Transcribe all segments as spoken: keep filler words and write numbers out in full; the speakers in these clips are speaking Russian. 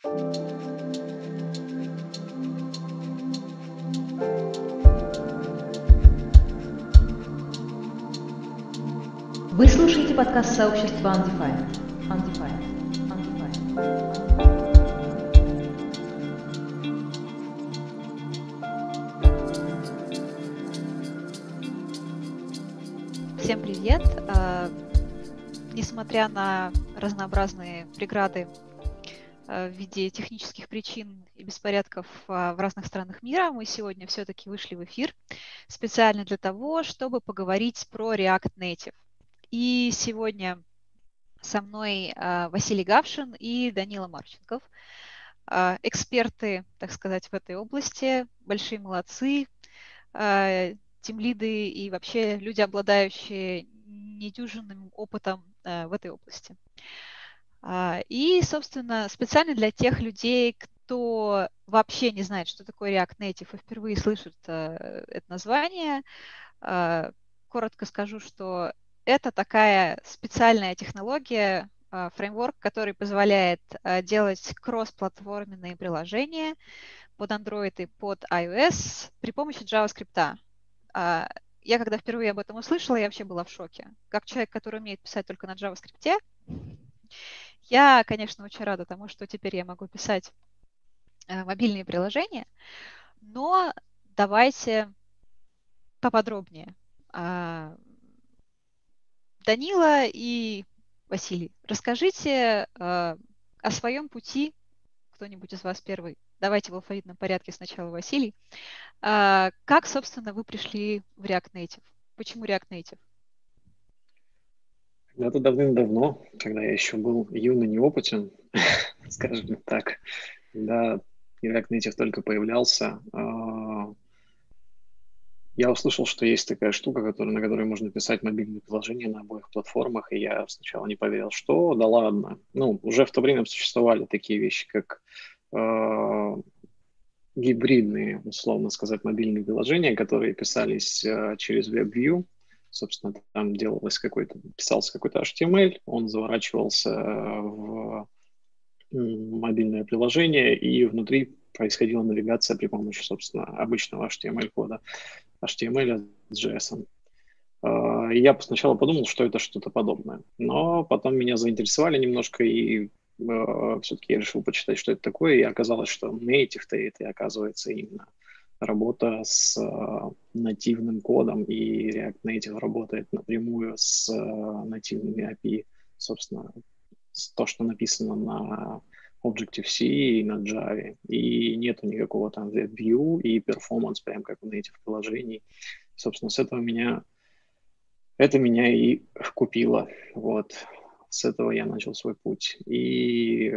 Вы слушаете подкаст сообщества Undefined. Undefined. Undefined. Всем привет! А, Несмотря на разнообразные преграды а, в виде технических причин и беспорядков а, в разных странах мира, мы сегодня все-таки вышли в эфир специально для того, чтобы поговорить про React Native. И сегодня со мной а, Василий Гавшин и Данила Марченков, а, эксперты, так сказать, в этой области, большие молодцы, а, тимлиды и вообще люди, обладающие недюжинным опытом а, в этой области. А, И, собственно, специально для тех людей, кто вообще не знает, что такое React Native и впервые слышит а, это название, а, коротко скажу, что это такая специальная технология, а, фреймворк, который позволяет а, делать кросс-платформенные приложения под Android и под iOS при помощи JavaScript. А, Я когда впервые об этом услышала, я вообще была в шоке. Как человек, который умеет писать только на JavaScript, я, конечно, очень рада тому, что теперь я могу писать э, мобильные приложения, но давайте поподробнее. А, Данила и Василий, расскажите э, о своем пути, кто-нибудь из вас первый. Давайте в алфавитном порядке сначала Василий. А, Как, собственно, вы пришли в React Native? Почему React Native? Это давным-давно, когда я еще был юн и неопытен, скажем так, когда React Native только появлялся, я услышал, что есть такая штука, которая, на которой можно писать мобильные приложения на обоих платформах, и я сначала не поверил, что да ладно. Ну, уже в то время существовали такие вещи, как э, гибридные, условно сказать, мобильные приложения, которые писались э, через WebView. Собственно, там делалось какой-то, писался какой-то эйч ти эм эль, он заворачивался в мобильное приложение, и внутри происходила навигация при помощи, собственно, обычного эйч ти эм эль-кода, эйч ти эм эль с джей эс. И я сначала подумал, что это что-то подобное. Но потом меня заинтересовали немножко, и э, все-таки я решил почитать, что это такое, и оказалось, что Native-то это, оказывается, именно работа с э, нативным кодом, и React Native работает напрямую с э, нативными эй пи ай, собственно, с то, что написано на Objective-C и на Java, и нету никакого там WebView и performance, прям как в native приложений. Собственно, с этого меня, это меня и купило, вот. С этого я начал свой путь. И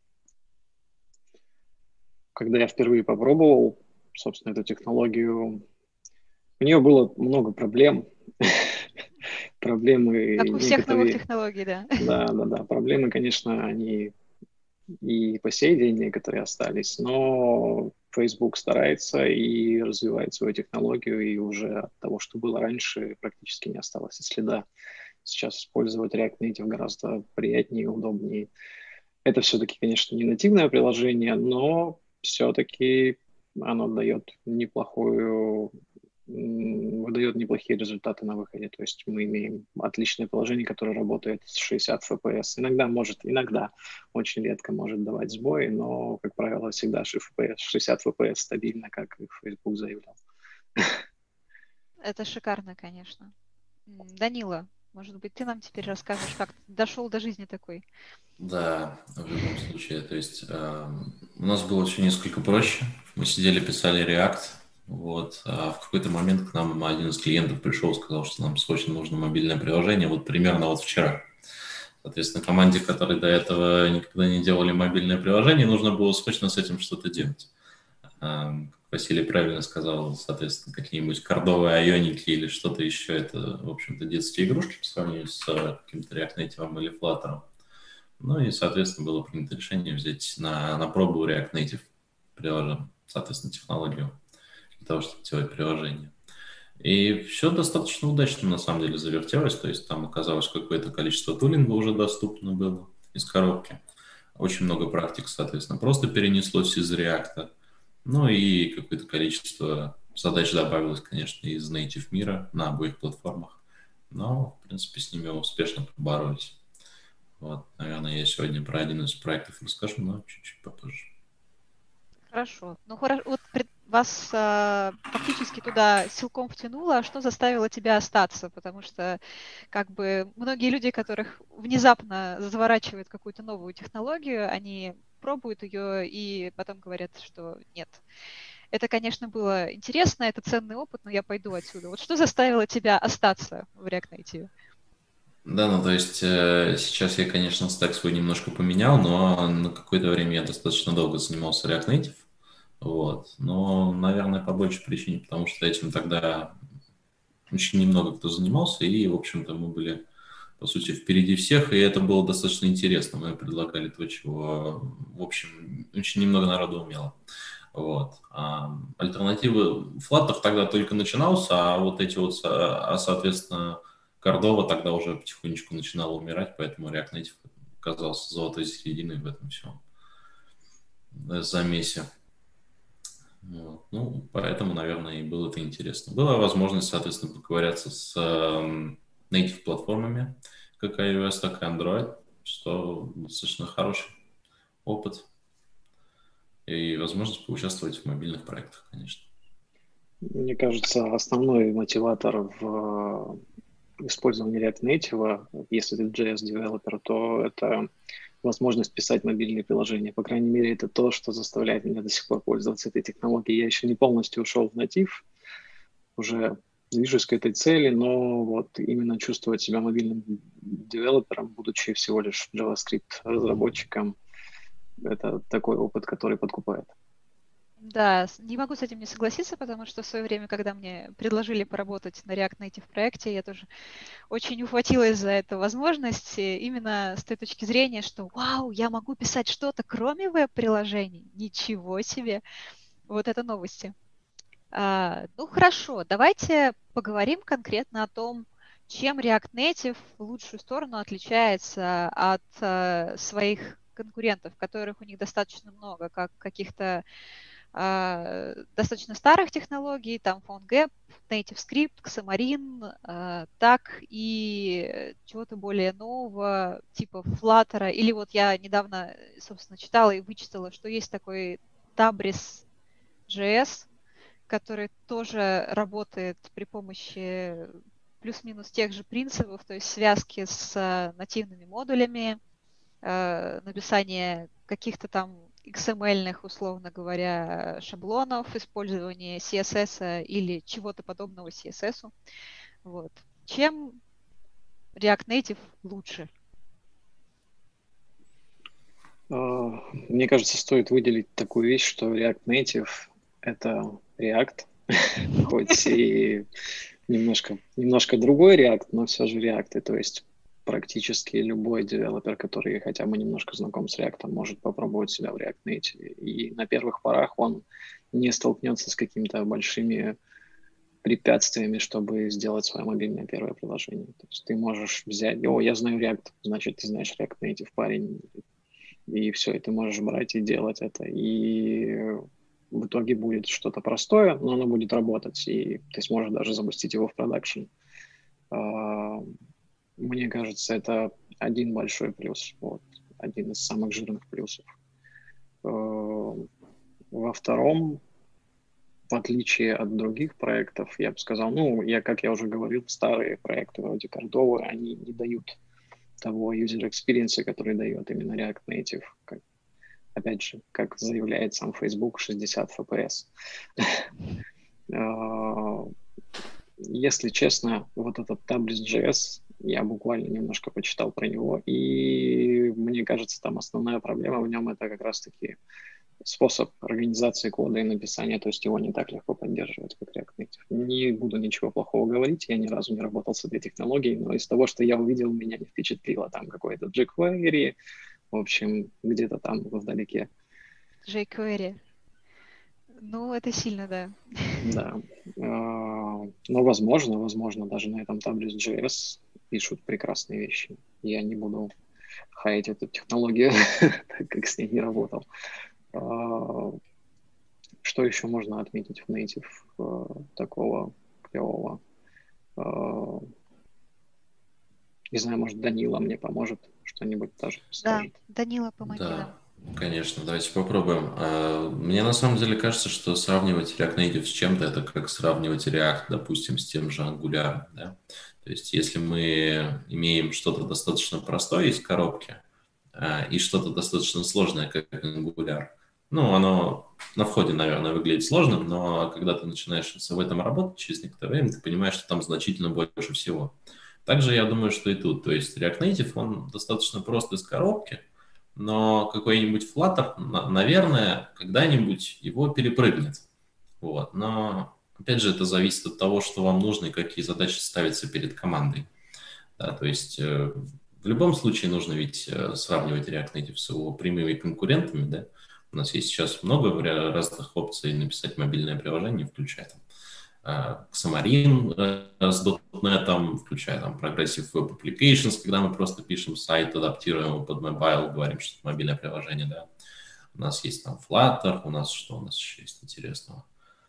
когда я впервые попробовал, собственно, эту технологию, у нее было много проблем. Проблемы Как у всех некоторые... новых технологий, да. Да, да, да. Проблемы, конечно, они и по сей день некоторые остались, но Facebook старается и развивает свою технологию, и уже от того, что было раньше, практически не осталось и следа. Сейчас использовать React Native гораздо приятнее и удобнее. Это все-таки, конечно, не нативное приложение, но все-таки оно дает неплохую выдает неплохие результаты на выходе. То есть мы имеем отличное приложение, которое работает с шестьдесят эф пи эс. Иногда может, иногда, очень редко может давать сбои, но, как правило, всегда шестьдесят эф пи эс стабильно, как и Facebook заявлял. Это шикарно, конечно. Данила, может быть, ты нам теперь расскажешь, как ты дошел до жизни такой? Да, в любом случае. То есть э, у нас было все несколько проще. Мы сидели, писали React. Вот. А в какой-то момент к нам один из клиентов пришел и сказал, что нам срочно нужно мобильное приложение. Вот примерно вот вчера. Соответственно, команде, которые до этого никогда не делали мобильное приложение, нужно было срочно с этим что-то делать. Как Василий правильно сказал, соответственно, какие-нибудь кордовые айоники или что-то еще. Это, в общем-то, детские игрушки по сравнению с каким-то React Native или Flutter. Ну и, соответственно, было принято решение взять на, на пробу React Native приложение, соответственно, технологию для того, чтобы делать приложение. И все достаточно удачно, на самом деле, завертелось. То есть там оказалось какое-то количество тулинга уже доступно было из коробки. очень много практик, соответственно, просто перенеслось из React. Ну и какое-то количество задач добавилось, конечно, из native мира на обоих платформах. Но, в принципе, с ними успешно поборолись. Вот, наверное, я сегодня про один из проектов расскажу, но чуть-чуть попозже. Хорошо. Ну, хорошо. Вот пред- вас а, фактически туда силком втянуло, а что заставило тебя остаться? Потому что как бы многие люди, которых внезапно заворачивают какую-то новую технологию, они пробуют ее и потом говорят, что нет. Это, конечно, было интересно, это ценный опыт, но я пойду отсюда. Вот что заставило тебя остаться в React Native? Да, ну то есть э, сейчас я, конечно, стек свой немножко поменял, но на какое-то время я достаточно долго занимался React Native. Вот. Но, наверное, по большей причине, потому что этим тогда очень немного кто занимался, и, в общем-то, мы были, по сути, впереди всех, и это было достаточно интересно. Мы предлагали то, чего, в общем, очень немного народу умело. Вот. А альтернативы Flutter тогда только начинался, а вот эти вот, а, соответственно, Кордова тогда уже потихонечку начинала умирать, поэтому React Native оказался золотой серединой в этом всем замесе. Вот. Ну, поэтому, наверное, и было это интересно. Была возможность, соответственно, поковыряться с э, native платформами, как iOS, так и Android, что достаточно хороший опыт и возможность поучаствовать в мобильных проектах, конечно. Мне кажется, основной мотиватор в использовании React Native, если ты джей эс-девелопер, то это возможность писать мобильные приложения. По крайней мере, это то, что заставляет меня до сих пор пользоваться этой технологией. Я еще не полностью ушел в натив, уже движусь к этой цели, но вот именно чувствовать себя мобильным девелопером, будучи всего лишь JavaScript-разработчиком, это такой опыт, который подкупает. Да, с- не могу с этим не согласиться, потому что в свое время, когда мне предложили поработать на React Native проекте, я тоже очень ухватилась за эту возможность, э, именно с той точки зрения, что вау, я могу писать что-то, кроме веб-приложений. Ничего себе! Вот это новости. А, ну хорошо, давайте поговорим конкретно о том, чем React Native в лучшую сторону отличается от э, своих конкурентов, которых у них достаточно много, как каких-то а, достаточно старых технологий, там PhoneGap, NativeScript, Xamarin, а, так и чего-то более нового, типа Flutter. Или вот я недавно, собственно, читала и вычитала, что есть такой Tabriz.js, который тоже работает при помощи плюс-минус тех же принципов, то есть связки с а, нативными модулями, э, написание каких-то там икс эм эль-ных, условно говоря, шаблонов, использование си эс эс или чего-то подобного си эс эс. Вот. Чем React Native лучше? Мне кажется, стоит выделить такую вещь, что React Native — это React, хоть и немножко, немножко другой React, но все же React. И то есть практически любой девелопер, который хотя бы немножко знаком с React, может попробовать себя в React Native. И на первых порах он не столкнется с какими-то большими препятствиями, чтобы сделать свое мобильное первое приложение. То есть ты можешь взять, о, я знаю React, значит, ты знаешь React Native, парень, и все, и ты можешь брать и делать это. И в итоге будет что-то простое, но оно будет работать, и ты сможешь даже запустить его в продакшн. Мне кажется, это один большой плюс, вот, один из самых жирных плюсов. Во втором, в отличие от других проектов, я бы сказал, ну, я, как я уже говорил, старые проекты вроде Cordova, они не дают того user experience, который дает именно React Native. Как, опять же, как заявляет сам Facebook, шестьдесят эф пи эс. Если честно, вот этот Tabriz.js, я буквально немножко почитал про него, и мне кажется, там основная проблема в нем это как раз-таки способ организации кода и написания, то есть его не так легко поддерживать, как React Native. Не буду ничего плохого говорить, я ни разу не работал с этой технологией, но из того, что я увидел, меня не впечатлило. Там какой-то jQuery, в общем, где-то там вдалеке. jQuery. Ну, это сильно, да. Да. Но, возможно, возможно, даже на этом Tabriz.js пишут прекрасные вещи. Я не буду хаять эту технологию, так как с ней не работал. Что еще можно отметить в Native такого клевого? Не знаю, может, Данила мне поможет, что-нибудь тоже скажет. Да, Данила, помоги Да, нам. конечно, давайте попробуем. А, Мне на самом деле кажется, что сравнивать React Native с чем-то, это как сравнивать React, допустим, с тем же Angular. Да? То есть если мы имеем что-то достаточно простое из коробки а, и что-то достаточно сложное, как Angular, ну, оно на входе, наверное, выглядит сложным, но когда ты начинаешь в этом работать через некоторое время, ты понимаешь, что там значительно больше всего. Также я думаю, что и тут. То есть React Native, он достаточно прост из коробки, но какой-нибудь Flutter, на- наверное, когда-нибудь его перепрыгнет. Вот. Но, опять же, это зависит от того, что вам нужно и какие задачи ставятся перед командой. Да, то есть э, в любом случае нужно ведь э, сравнивать React Native с его прямыми конкурентами. Да? У нас есть сейчас много вари- разных опций написать мобильное приложение, включая там Xamarin э, с .дот нет, включая там Progressive Web Applications, когда мы просто пишем сайт, адаптируем его под mobile, говорим, что это мобильное приложение, да. У нас есть там Flutter, у нас что у нас еще есть интересного?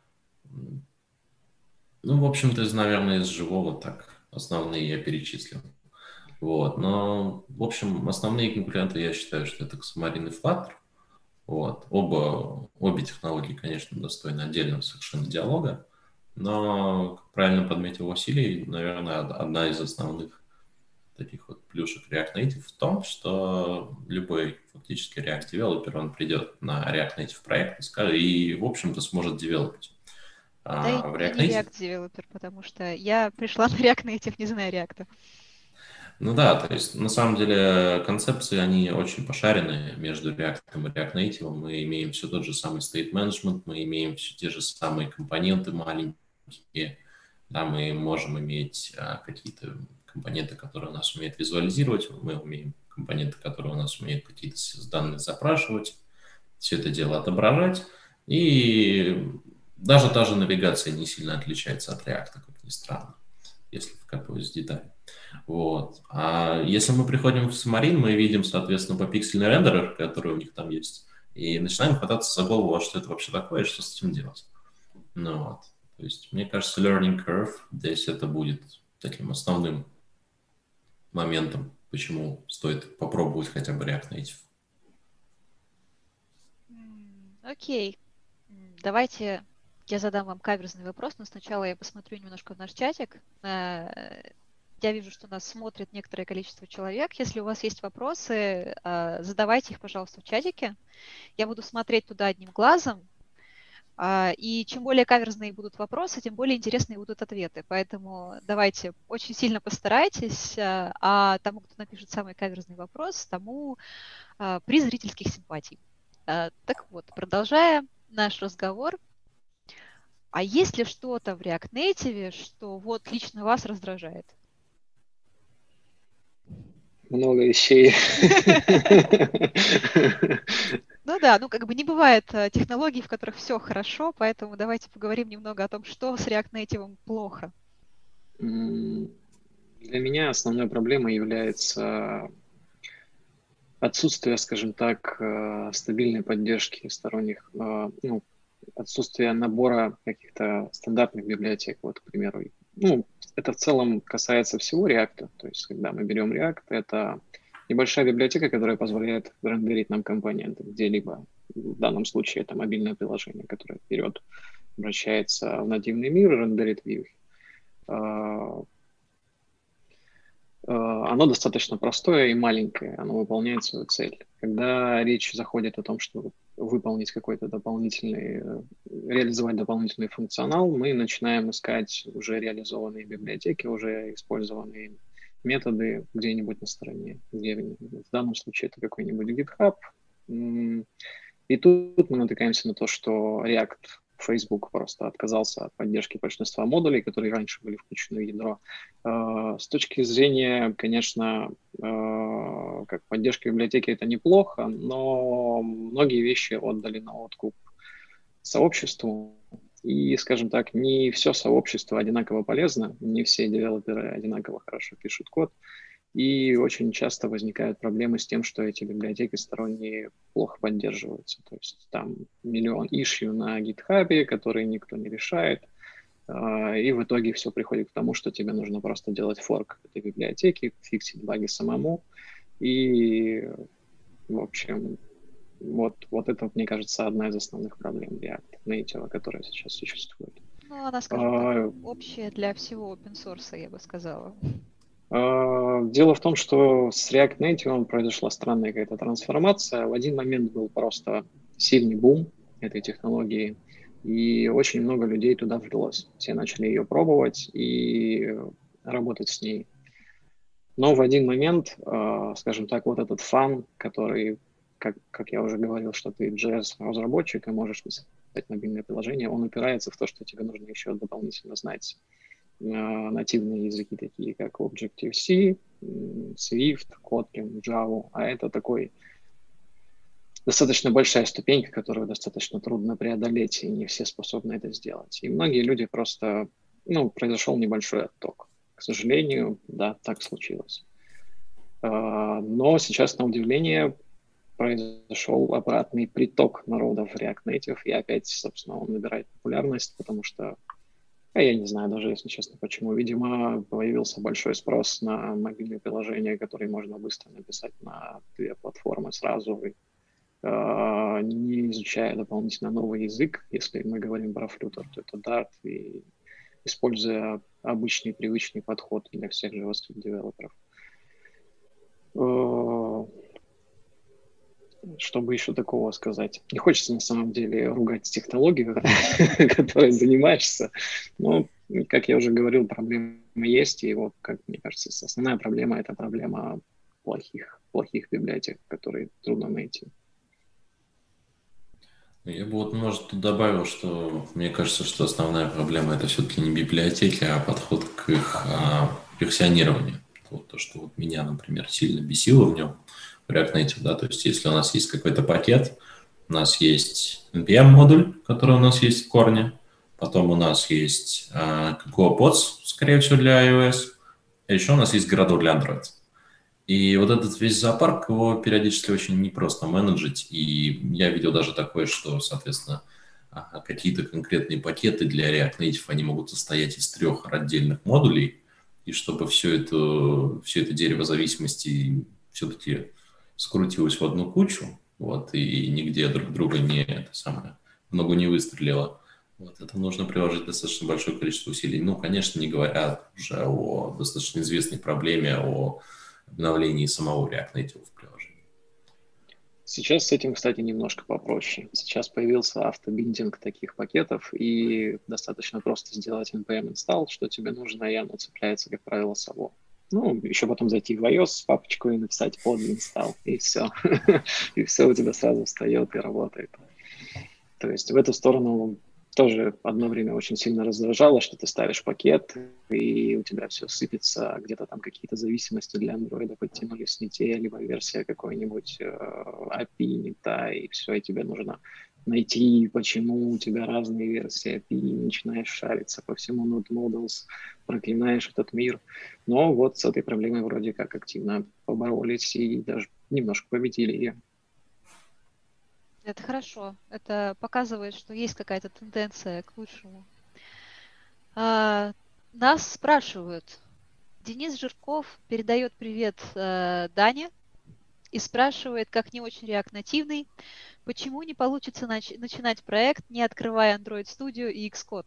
Ну, в общем-то, из, наверное, из живого так основные я перечислил. Вот, но, в общем, основные конкуренты, я считаю, что это Xamarin и Flutter. Вот. Оба, обе технологии, конечно, достойны отдельного совершенно диалога, но, как правильно подметил Василий, наверное, одна из основных таких вот плюшек React Native в том, что любой фактически React девелопер, он придет на React Native проект и, скажет, и в общем-то, сможет девелопить. Да и, А в и React не Native React девелопер, потому что я пришла на React Native, не зная React. Ну да, то есть на самом деле концепции, они очень пошарены между React и React Native. Мы имеем все тот же самый state management, мы имеем все те же самые компоненты маленькие, да, мы можем иметь а, какие-то компоненты, которые у нас умеют визуализировать, мы умеем компоненты, которые у нас умеют какие-то данные запрашивать, все это дело отображать, и даже та же навигация не сильно отличается от React, как ни странно, если вкапывать в детали. Вот. А если мы приходим в Xamarin, мы видим, соответственно, попиксельный рендерер, который у них там есть, и начинаем хвататься за голову, а что это вообще такое, и что с этим делать. Ну вот. То есть, мне кажется, learning curve здесь это будет таким основным моментом, почему стоит попробовать хотя бы React Native. Окей. Давайте я задам вам каверзный вопрос, но сначала я посмотрю немножко в наш чатик. Я вижу, что нас смотрит некоторое количество человек. Если у вас есть вопросы, задавайте их, пожалуйста, в чатике. Я буду смотреть туда одним глазом. И чем более каверзные будут вопросы, тем более интересные будут ответы. Поэтому давайте очень сильно постарайтесь, а тому, кто напишет самый каверзный вопрос, тому приз зрительских симпатий. Так вот, продолжая наш разговор, а есть ли что-то в React Native, что вот лично вас раздражает? Много вещей. Ну да, ну как бы не бывает технологий, в которых все хорошо, поэтому давайте поговорим немного о том, что с React Native плохо. Для меня основной проблемой является отсутствие, скажем так, стабильной поддержки сторонних, ну, отсутствие набора каких-то стандартных библиотек, вот, к примеру. Ну, это в целом касается всего React. То есть, когда мы берем React, это небольшая библиотека, которая позволяет рендерить нам компоненты где-либо. В данном случае это мобильное приложение, которое вперед обращается в нативный мир и рендерит view. Оно достаточно простое и маленькое, оно выполняет свою цель. Когда речь заходит о том, чтобы выполнить какой-то дополнительный, реализовать дополнительный функционал, мы начинаем искать уже реализованные библиотеки, уже использованные методы где-нибудь на стороне. Где, в данном случае это какой-нибудь GitHub. И тут мы натыкаемся на то, что React, Facebook просто отказался от поддержки большинства модулей, которые раньше были включены в ядро. С точки зрения, конечно, как поддержки библиотеки это неплохо, но многие вещи отдали на откуп сообществу. И, скажем так, не все сообщество одинаково полезно, не все девелоперы одинаково хорошо пишут код. И очень часто возникают проблемы с тем, что эти библиотеки сторонние плохо поддерживаются. То есть там миллион issue на GitHub, которые никто не решает. И в итоге все приходит к тому, что тебе нужно просто делать форк этой библиотеки, фиксить баги самому. И, в общем, вот, вот это, мне кажется, одна из основных проблем React Native, которая сейчас существует. Ну, она, скажем так, общая для всего open source, я бы сказала. Дело в том, что с React Native произошла странная какая-то трансформация. В один момент был просто сильный бум этой технологии, и очень много людей туда влилось. Все начали ее пробовать и работать с ней. Но в один момент, скажем так, вот этот фан, который, как, как я уже говорил, что ты джей эс-разработчик и можешь писать мобильное приложение, он упирается в то, что тебе нужно еще дополнительно знать нативные языки, такие как Objective-C, Swift, Kotlin, Java, а это такой достаточно большая ступенька, которую достаточно трудно преодолеть, и не все способны это сделать. И многие люди просто, ну, произошел небольшой отток. К сожалению, да, так случилось. Но сейчас, на удивление, произошел обратный приток народа в React Native, и опять, собственно, он набирает популярность, потому что А я не знаю даже, если честно, почему. Видимо, появился большой спрос на мобильные приложения, которые можно быстро написать на две платформы сразу, и, э, не изучая дополнительно новый язык. Если мы говорим про Flutter, то это Dart, и используя обычный, привычный подход для всех JavaScript-девелоперов. Чтобы еще такого сказать? Не хочется на самом деле ругать технологию, которой занимаешься, но, как я уже говорил, проблемы есть, и вот, как мне кажется, основная проблема – это проблема плохих, плохих библиотек, которые трудно найти. Я бы вот, может, тут добавил, что мне кажется, что основная проблема – это все-таки не библиотеки, а подход к их а, версионированию. Вот то, что вот меня, например, сильно бесило в нем, React Native, да, то есть если у нас есть какой-то пакет, у нас есть эн пи эм-модуль, который у нас есть в корне, потом у нас есть uh, CocoaPods, скорее всего, для iOS, а еще у нас есть Gradle для Android. И вот этот весь зоопарк, его периодически очень непросто менеджить, и я видел даже такое, что, соответственно, какие-то конкретные пакеты для React Native, они могут состоять из трех отдельных модулей, и чтобы все это, все это дерево зависимости все-таки скрутилось в одну кучу, вот, и нигде друг друга не, это самое, в ногу не выстрелило. Вот, это нужно приложить достаточно большое количество усилий. Ну, конечно, не говоря уже о достаточно известной проблеме, о обновлении самого React Native в приложении. Сейчас с этим, кстати, немножко попроще. Сейчас появился автобиндинг таких пакетов, и достаточно просто сделать эн пи эм install, что тебе нужно, и оно цепляется, как правило, само. Ну, еще потом зайти в iOS, папочку и написать под install, и все. И все у тебя сразу встает и работает. То есть в эту сторону тоже одно время очень сильно раздражало, что ты ставишь пакет, и у тебя все сыпется, где-то там какие-то зависимости для Android подтянулись не те, либо версия какой-нибудь э, эй пи ай не та, и все, и тебе нужно найти, почему у тебя разные версии эй пи ай, начинаешь шариться по всему Node Models, проклинаешь этот мир. Но вот с этой проблемой вроде как активно поборолись и даже немножко победили ее. Это хорошо. Это показывает, что есть какая-то тенденция к лучшему. А, нас спрашивают. Денис Жирков передает привет э, Дане и спрашивает, как не очень React нативный, почему не получится нач- начинать проект, не открывая Android Studio и Xcode?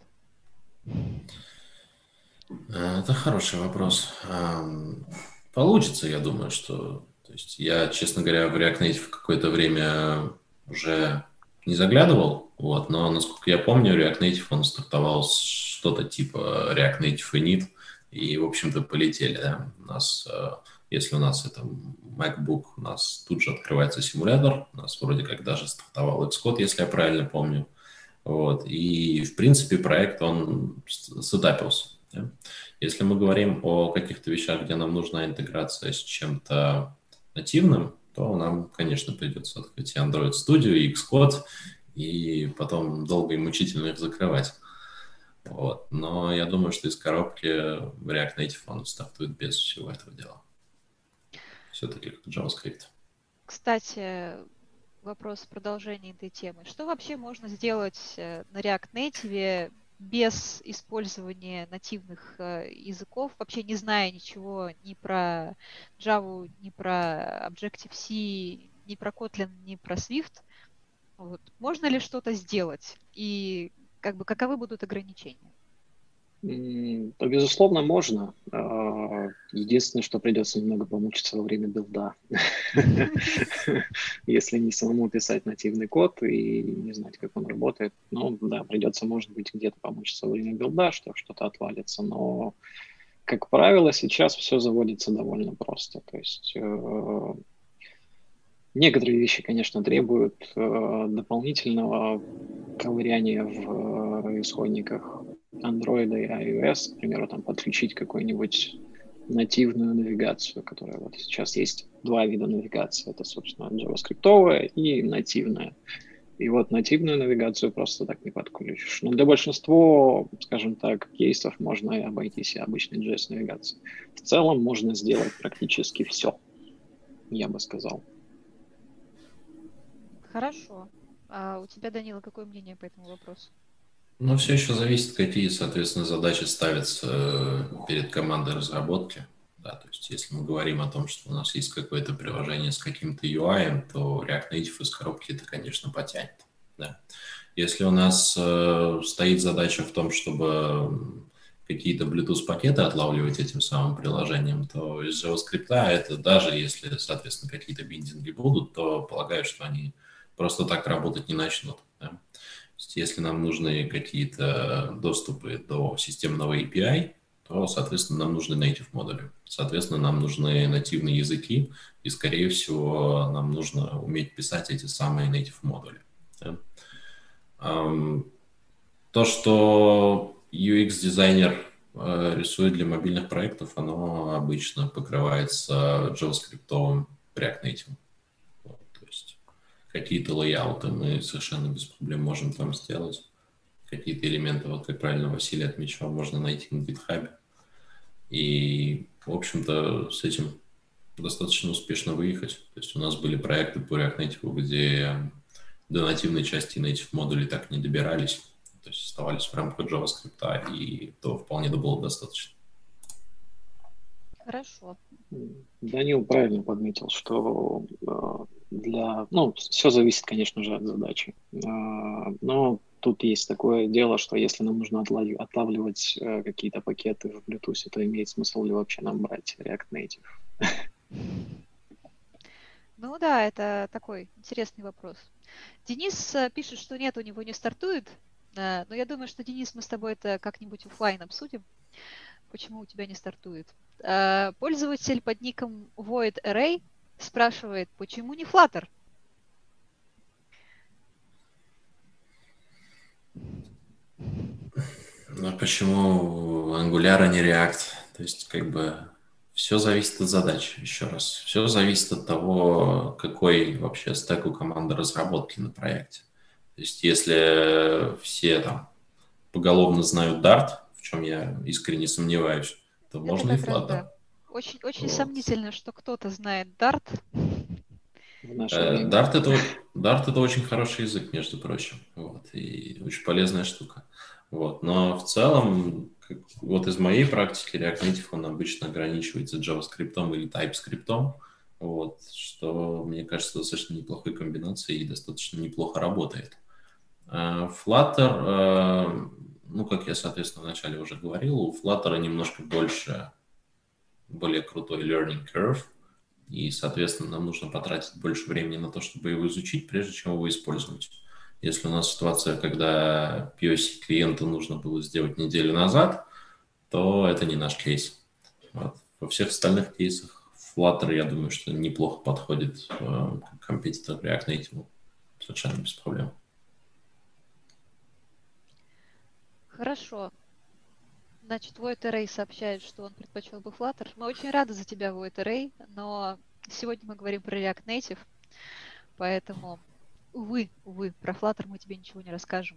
Это хороший вопрос. Получится, я думаю, что... То есть я, честно говоря, в React Native какое-то время уже не заглядывал, вот, но, насколько я помню, React Native, он стартовал с что-то типа React Native Init, и, в общем-то, полетели. Да? У нас, если у нас это MacBook, у нас тут же открывается симулятор, у нас вроде как даже стартовал Xcode, если я правильно помню. Вот. И, в принципе, проект, он сетапился. Да? Если мы говорим о каких-то вещах, где нам нужна интеграция с чем-то нативным, то нам, конечно, придется открыть и Android Studio, и Xcode, и потом долго и мучительно их закрывать. Вот. Но я думаю, что из коробки React Native он стартует без всего этого дела. все-таки как JavaScript. Кстати, вопрос в продолжении этой темы. Что вообще можно сделать э, на React Native без использования нативных э, языков, вообще не зная ничего ни про Java, ни про Objective-C, ни про Kotlin, ни про Swift? Вот. Можно ли что-то сделать? И как бы каковы будут ограничения? М, то, безусловно, можно. А, Единственное, что придется немного помучиться во время билда. Если не самому писать нативный код и не знать, как он работает. Ну, да, придется, может быть, где-то помучиться во время билда, что что-то отвалится. Но, как правило, сейчас все заводится довольно просто. То есть э, некоторые вещи, конечно, требуют э, дополнительного ковыряния в э, исходниках Android и iOS, к примеру, там подключить какую-нибудь нативную навигацию, которая вот сейчас есть два вида навигации. Это, собственно, JavaScript и нативная. И вот нативную навигацию просто так не подключишь. Но для большинства, скажем так, кейсов можно и обойтись и обычной джей эс-навигацией. В целом можно сделать практически все, я бы сказал. Хорошо. А у тебя, Данила, какое мнение по этому вопросу? Но все еще зависит, какие, соответственно, задачи ставятся э, перед командой разработки. Да, то есть если мы говорим о том, что у нас есть какое-то приложение с каким-то ю ай, то React Native из коробки это, конечно, потянет. Да. Если у нас э, стоит задача в том, чтобы какие-то Bluetooth-пакеты отлавливать этим самым приложением, то из JavaScript это даже если, соответственно, какие-то биндинги будут, то полагаю, что они просто так работать не начнут. Да. То есть если нам нужны какие-то доступы до системного эй пи ай, то, соответственно, нам нужны native модули. Соответственно, нам нужны нативные языки, и, скорее всего, нам нужно уметь писать эти самые native модули. Да. То, что ю экс-дизайнер э, рисует для мобильных проектов, оно обычно покрывается JavaScript React Native. Вот, то есть какие-то лейауты мы совершенно без проблем можем там сделать. Какие-то элементы, вот как правильно Василий отмечал, можно найти на GitHub. И, в общем-то, с этим достаточно успешно выехать. То есть у нас были проекты по React Native, где до нативной части native модулей так не добирались. То есть оставались в рамках JavaScript, и то вполне было достаточно. Хорошо. Данил правильно подметил, что э, для... Ну, все зависит, конечно же, от задачи. Э, но тут есть такое дело, что если нам нужно отлав- отлавливать э, какие-то пакеты в Bluetooth, то имеет смысл ли вообще нам брать React Native? Ну да, это такой интересный вопрос. Денис э, пишет, что нет, у него не стартует. Э, Но я думаю, что, Денис, мы с тобой это как-нибудь оффлайн обсудим, почему у тебя не стартует. Э, Пользователь под ником VoidArray спрашивает, почему не Flutter? Ну, почему Angular, а не React? То есть, как бы, все зависит от задач, еще раз. Все зависит от того, какой вообще стек у команды разработки на проекте. То есть, если все там поголовно знают Dart, в чем я искренне сомневаюсь, то Это можно и как раз да. Flutter. Очень, очень Вот. сомнительно, что кто-то знает Dart. В наше Э, время. Dart это, Dart это очень хороший язык, между прочим, вот, и очень полезная штука. Вот. Но в целом, как, вот из моей практики React Native он обычно ограничивается JavaScript или TypeScript, вот, что, мне кажется, достаточно неплохой комбинацией и достаточно неплохо работает. Э, Flutter, э, ну, как я, соответственно, вначале уже говорил, у Flutter немножко больше, более крутой learning curve, и, соответственно, нам нужно потратить больше времени на то, чтобы его изучить, прежде чем его использовать. Если у нас ситуация, когда пи о си клиенту нужно было сделать неделю назад, то это не наш кейс. Вот. Во всех остальных кейсах Flutter, я думаю, что неплохо подходит э, как компетитор React Native. Совершенно без проблем. Хорошо. Значит, VoidArray сообщает, что он предпочел бы Flutter. Мы очень рады за тебя, VoidArray, но сегодня мы говорим про React Native, поэтому, увы, увы, про Flutter мы тебе ничего не расскажем.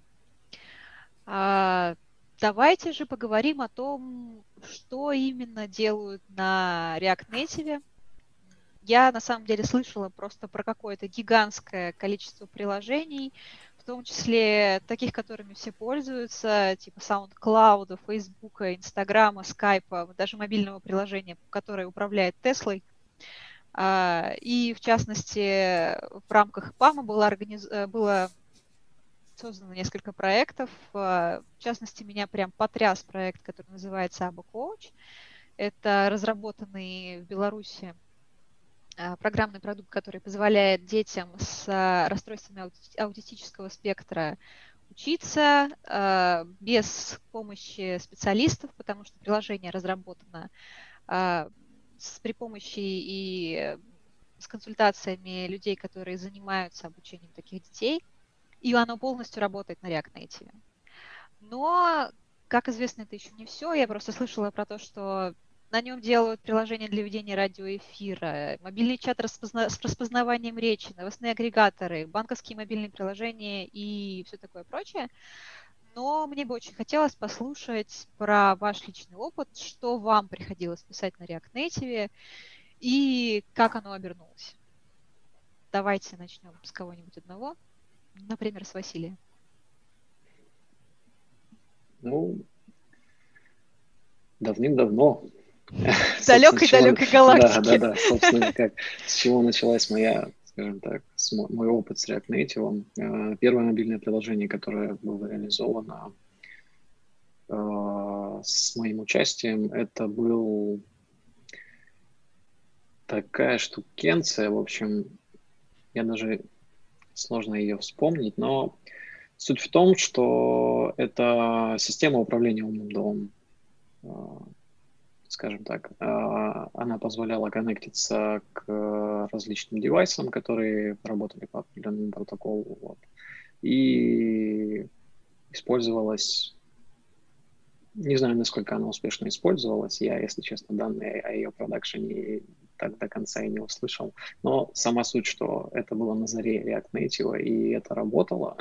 А, давайте же поговорим о том, что именно делают на React Native Я на самом деле слышала просто про какое-то гигантское количество приложений, в том числе таких, которыми все пользуются, типа SoundCloud, Facebook, Instagram, Skype, даже мобильного приложения, которое управляет Теслой. И в частности, в рамках ПАМа было, организ... было создано несколько проектов. В частности, меня прям потряс проект, который называется AboCoach. Это разработанный в Беларуси программный продукт, который позволяет детям с расстройствами аутистического спектра учиться э, без помощи специалистов, потому что приложение разработано э, с, при помощи и с консультациями людей, которые занимаются обучением таких детей, и оно полностью работает на React Native. Но, как известно, это еще не все. Я просто слышала про то, что на нем делают приложения для ведения радиоэфира, мобильный чат распозна... с распознаванием речи, новостные агрегаторы, банковские мобильные приложения и все такое прочее. Но мне бы очень хотелось послушать про ваш личный опыт, что вам приходилось писать на React Native и как оно обернулось. Давайте начнем с кого-нибудь одного, например, с Василия. Ну, давным-давно. Далекой-далекой галактики. Да, да, да. Собственно, как, с чего началась моя, скажем так, мой опыт с React Native. Первое мобильное приложение, которое было реализовано с моим участием, это был такая штукенция, в общем, я даже сложно ее вспомнить, но суть в том, что это система управления умным домом. Скажем так, она позволяла коннектиться к различным девайсам, которые работали по определенному протоколу. Вот. И использовалась, не знаю, насколько она успешно использовалась, я, если честно, данные о ее продакшене так до конца и не услышал, но сама суть, что это было на заре React Native, и это работало.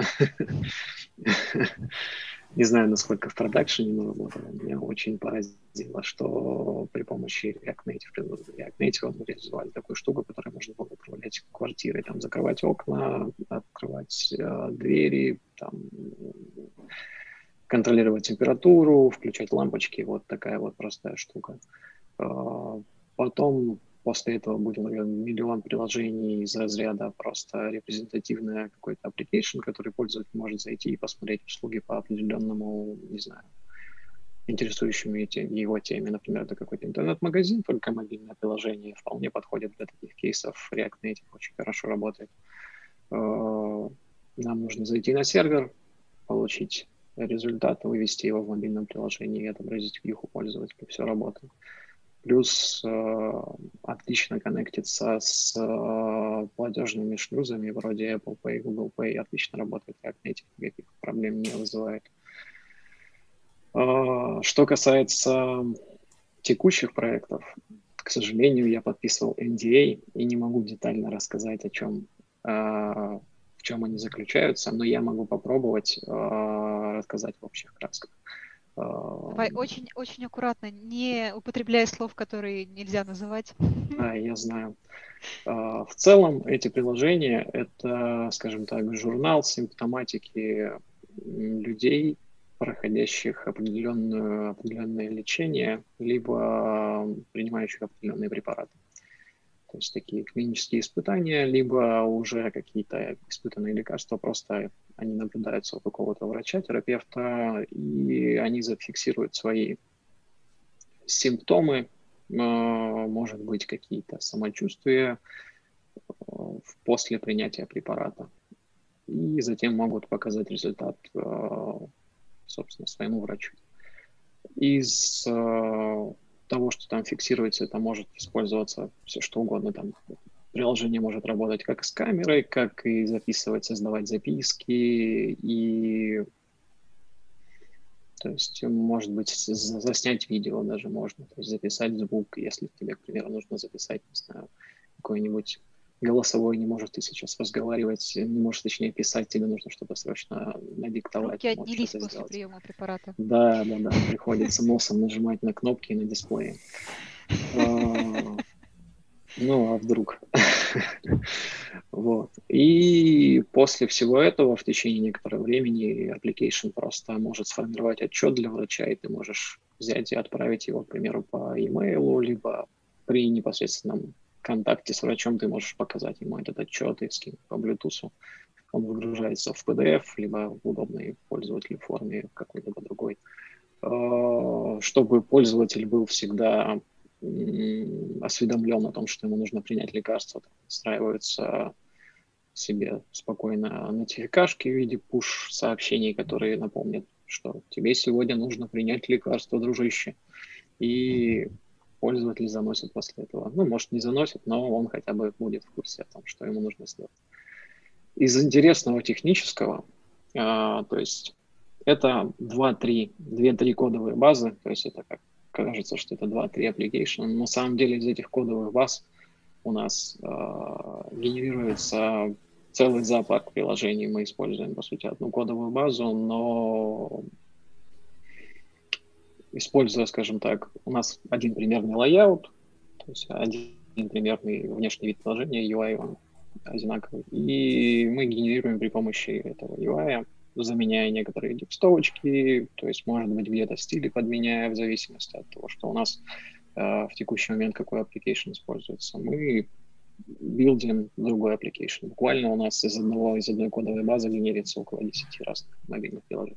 Не знаю, насколько в продакшене, но работало. Меня очень поразило, что при помощи React Native, React Native мы реализовали такую штуку, которой можно было управлять квартирой, там, закрывать окна, открывать э, двери, там, контролировать температуру, включать лампочки, вот такая вот простая штука. Э, потом после этого был миллион приложений из разряда просто репрезентативное какой-то application, который пользователь может зайти и посмотреть услуги по определенному, не знаю, интересующему его теме. Например, это какой-то интернет-магазин, только мобильное приложение вполне подходит для таких кейсов. React Native очень хорошо работает. Нам нужно зайти на сервер, получить результат, вывести его в мобильном приложении и отобразить в вьюху пользователя. Все работает. Плюс э, отлично коннектится с э, платежными шлюзами вроде Apple Pay, Google Pay. Отлично работает, React Native, никаких проблем не вызывает. Э, что касается текущих проектов, к сожалению, я подписывал эн ди эй и не могу детально рассказать, о чем, э, в чем они заключаются, но я могу попробовать э, рассказать в общих красках. Давай очень, очень аккуратно, не употребляя слов, которые нельзя называть. Да, я знаю. В целом эти приложения – это, скажем так, журнал симптоматики людей, проходящих определенную, определенное лечение, либо принимающих определенные препараты. То есть такие клинические испытания, либо уже какие-то испытанные лекарства, просто они наблюдаются у какого-то врача, терапевта, и они зафиксируют свои симптомы, может быть, какие-то самочувствия после принятия препарата. И затем могут показать результат, собственно, своему врачу. Из того, что там фиксируется, это может использоваться все что угодно. Там приложение может работать как с камерой, как и записывать, создавать записки, и то есть, может быть, заснять видео даже можно, то есть записать звук, если тебе, к примеру, нужно записать, не знаю, какой-нибудь голосовой, не может ты сейчас разговаривать, не можешь, точнее, писать, тебе нужно что-то срочно надиктовать. Руки отнялись после сделать. Приема препарата. Да, да, да, приходится носом нажимать на кнопки на дисплее. Ну, а вдруг? Вот. И после всего этого в течение некоторого времени application просто может сформировать отчет для врача, и ты можешь взять и отправить его, к примеру, по e-mail, либо при непосредственном контакте с врачом ты можешь показать ему этот отчет и скинуть по Bluetooth. Он выгружается в пи ди эф, либо в удобной пользователю форме какой-либо другой, чтобы пользователь был всегда осведомлен о том, что ему нужно принять лекарство. Настраиваются себе спокойно нотификашки в виде пуш-сообщений, которые напомнят, что тебе сегодня нужно принять лекарство, дружище. И пользователь заносит после этого. Ну, может, не заносит, но он хотя бы будет в курсе о том, что ему нужно сделать. Из интересного технического, а, то есть это два-три, две-три кодовые базы, то есть это как кажется, что это два-три application. На самом деле из этих кодовых баз у нас а, генерируется целый зоопарк приложений. Мы используем, по сути, одну кодовую базу, но используя, скажем так, у нас один примерный layout, то есть один примерный внешний вид приложения, ю ай он одинаковый, и мы генерируем при помощи этого ю ай, заменяя некоторые дипстовочки, то есть, может быть, где-то стили подменяя в зависимости от того, что у нас э, в текущий момент какой application используется. Мы билдим другой application. Буквально у нас из одного из одной кодовой базы генерится около десяти разных мобильных приложений.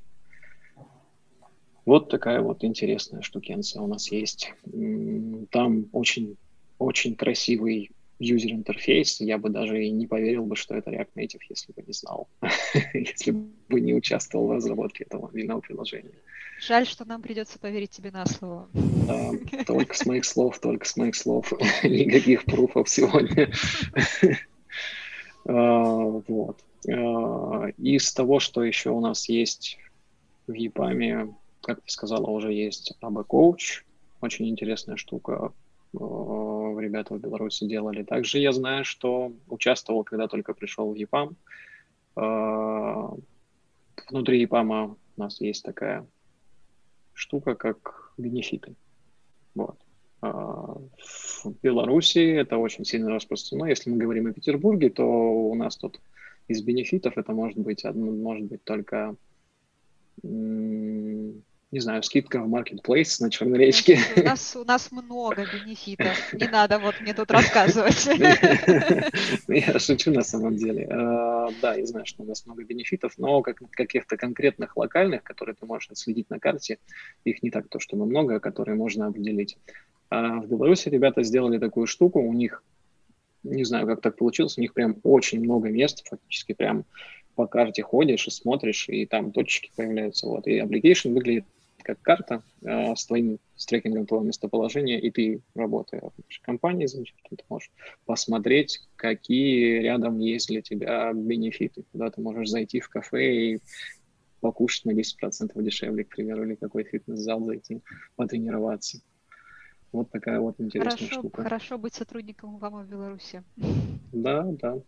Вот такая вот интересная штукенция у нас есть. Там очень, очень красивый юзер-интерфейс. Я бы даже и не поверил бы, что это React Native, если бы не знал, если бы не участвовал в разработке этого мобильного приложения. Жаль, что нам придется поверить тебе на слово. Да, только с моих слов, только с моих слов. Никаких пруфов сегодня. Вот. Из того, что еще у нас есть в EPAM, как ты сказала, уже есть эй би Coach. Очень интересная штука. Ребята в Беларуси делали. Также я знаю, что участвовал, когда только пришел в EPAM. Внутри EPAM у нас есть такая штука, как бенефиты. Вот. В Беларуси это очень сильно распространено. Если мы говорим о Петербурге, то у нас тут из бенефитов это может быть, может быть только, не знаю, скидка в Marketplace на черной речке. У нас, у нас много бенефитов. Не надо вот мне тут рассказывать. Я шучу на самом деле. Да, я знаю, что у нас много бенефитов, но каких-то конкретных локальных, которые ты можешь отследить на карте, их не так то, что много, которые можно определить. А в Беларуси ребята сделали такую штуку, у них, не знаю, как так получилось, у них прям очень много мест, фактически прям по карте ходишь и смотришь, и там точки появляются. Вот. И application выглядит как карта э, с твоим с трекингом твоего местоположения, и ты, работая в нашей компании, замечательно, ты можешь посмотреть, какие рядом есть для тебя бенефиты, куда ты можешь зайти в кафе и покушать на десять процентов дешевле, к примеру, или какой фитнес-зал зайти, потренироваться. Вот такая вот интересная хорошо, штука. Хорошо быть сотрудником ВАМа в Беларуси. Да, да.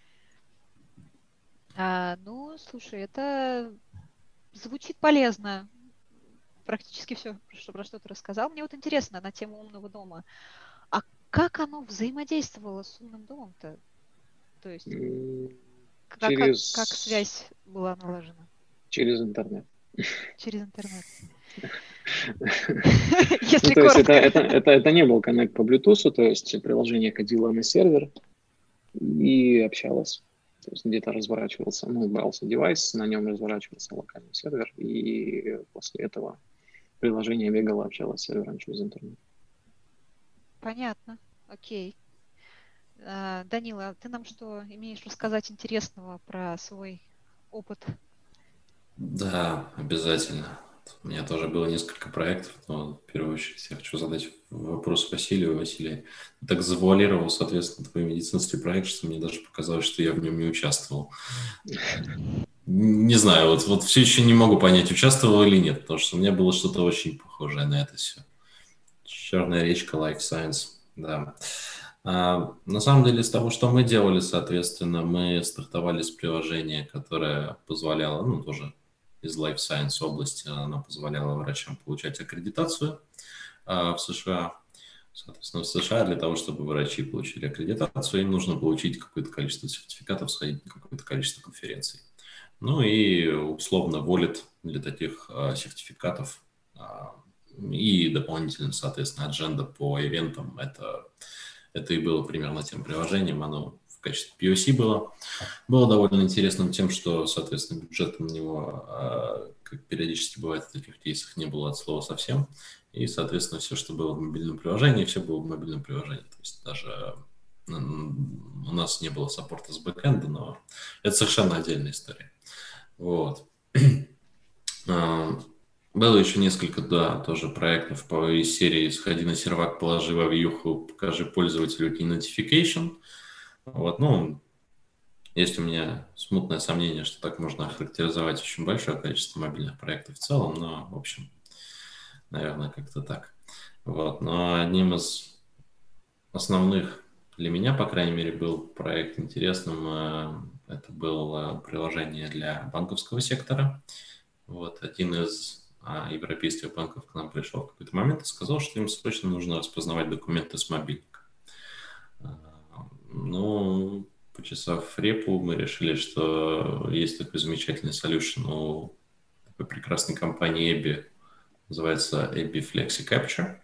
А, ну, слушай, это звучит полезно. Практически все, что, про что ты рассказал. Мне вот интересно на тему умного дома. А как оно взаимодействовало с умным домом-то? То есть Через... как, как связь была налажена? Через интернет. Через интернет. Если ну, то есть это, это, это, это не был коннект по Bluetooth, то есть приложение ходило на сервер и общалось. То есть где-то разворачивался, ну, брался девайс, на нем разворачивался локальный сервер, и после этого приложение бегало, общалось с сервером через интернет. Понятно. Окей. А, Данила, ты нам что имеешь рассказать интересного про свой опыт? Да, обязательно. У меня тоже было несколько проектов, но в первую очередь я хочу задать вопрос Василию. Василий, ты так завуалировал, соответственно, твой медицинский проект, что мне даже показалось, что я в нем не участвовал. Не знаю, вот, вот все еще не могу понять, участвовал или нет, потому что у меня было что-то очень похожее на это все. Черная речка, Life Science, да. А, на самом деле, из того, что мы делали, соответственно, мы стартовали с приложения, которое позволяло, ну, тоже из Life Science области, она позволяла врачам получать аккредитацию а, в США. Соответственно, в США для того, чтобы врачи получили аккредитацию, им нужно получить какое-то количество сертификатов, сходить на какое-то количество конференций. Ну и условно wallet для таких а, сертификатов а, и дополнительно, соответственно, адженда по ивентам. Это, это и было примерно тем приложением. Оно в качестве пи о си было. Было довольно интересным тем, что, соответственно, бюджета на него, а, как периодически бывает в таких кейсах, не было от слова совсем. И, соответственно, все, что было в мобильном приложении, все было в мобильном приложении. То есть даже у нас не было саппорта с бэкэнда, но это совершенно отдельная история. Вот. Было еще несколько, да, тоже проектов по из серии «Сходи на сервак, положи во вьюху, покажи пользователю key notification». Вот, ну, есть у меня смутное сомнение, что так можно охарактеризовать очень большое количество мобильных проектов в целом, но, в общем, наверное, как-то так. Вот. Но одним из основных для меня, по крайней мере, был проект интересным. Это было приложение для банковского сектора. Вот. Один из европейских банков к нам пришел в какой-то момент и сказал, что им срочно нужно распознавать документы с мобильника. Ну, почесав репу, мы решили, что есть такой замечательный solution у такой прекрасной компании Ebby, называется Ebby Flexi Capture.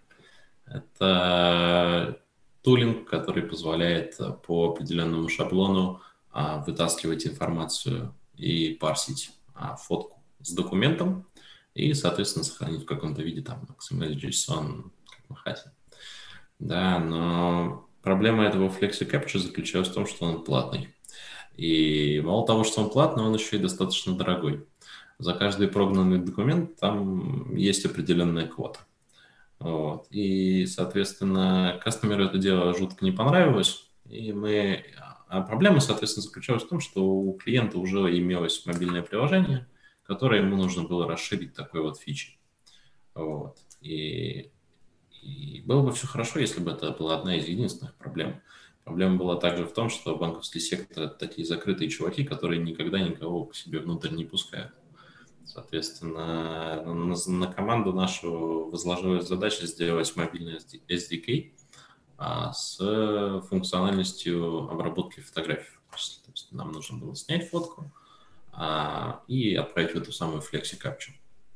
Это тулинг, который позволяет по определенному шаблону а, вытаскивать информацию и парсить а, фотку с документом и, соответственно, сохранить в каком-то виде там икс эм эль, JSON, как мы хотим. Да, но проблема этого Flexi Capture заключалась в том, что он платный. И мало того, что он платный, он еще и достаточно дорогой. За каждый прогнанный документ там есть определенная квота. Вот. И, соответственно, кастомеру это дело жутко не понравилось. И мы... А проблема, соответственно, заключалась в том, что у клиента уже имелось мобильное приложение, которое ему нужно было расширить такой вот фичей. Вот. И... И было бы все хорошо, если бы это была одна из единственных проблем. Проблема была также в том, что банковский сектор – это такие закрытые чуваки, которые никогда никого к себе внутрь не пускают. Соответственно, на, на команду нашу возложилась задача сделать мобильный эс ди кей а, с функциональностью обработки фотографий. То есть нам нужно было снять фотку а, и отправить в эту самую Flexi Capture.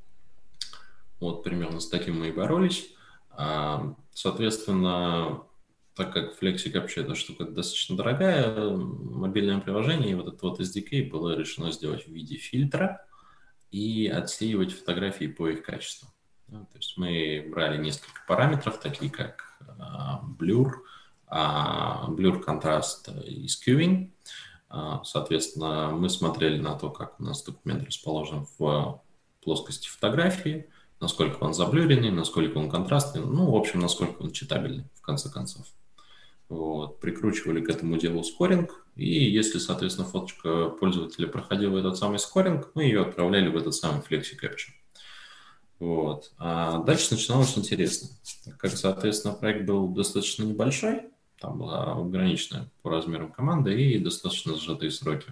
Вот примерно с таким мы и боролись. А, соответственно, так как Flexi Capture эта штука достаточно дорогая, мобильное приложение и вот этот вот эс ди кей было решено сделать в виде фильтра и отсеивать фотографии по их качеству. Да, то есть мы брали несколько параметров, такие как а, blur, а, blur, контраст и skewing. А, соответственно, мы смотрели на то, как у нас документ расположен в плоскости фотографии, насколько он заблюренный, насколько он контрастный, ну, в общем, насколько он читабельный, в конце концов. Вот. Прикручивали к этому делу скоринг, и если, соответственно, фоточка пользователя проходила этот самый скоринг, мы ее отправляли в этот самый Flexi Capture. Вот. А дальше начиналось интересно. Так как, соответственно, проект был достаточно небольшой, там была ограниченная по размерам команда и достаточно сжатые сроки,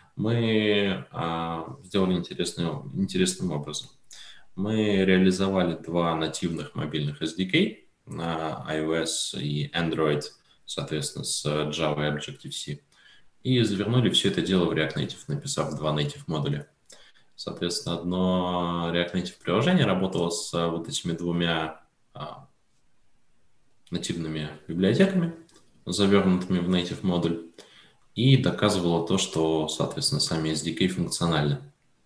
мы а, сделали интересным, интересным образом. Мы реализовали два нативных мобильных эс ди кей на iOS и Android, соответственно, с Java и Objective-C, и завернули все это дело в React Native, написав два native модуля. Соответственно, одно React Native приложение работало с вот этими двумя а, нативными библиотеками, завернутыми в native модуль, и доказывало то, что, соответственно, сами эс ди кей функциональны.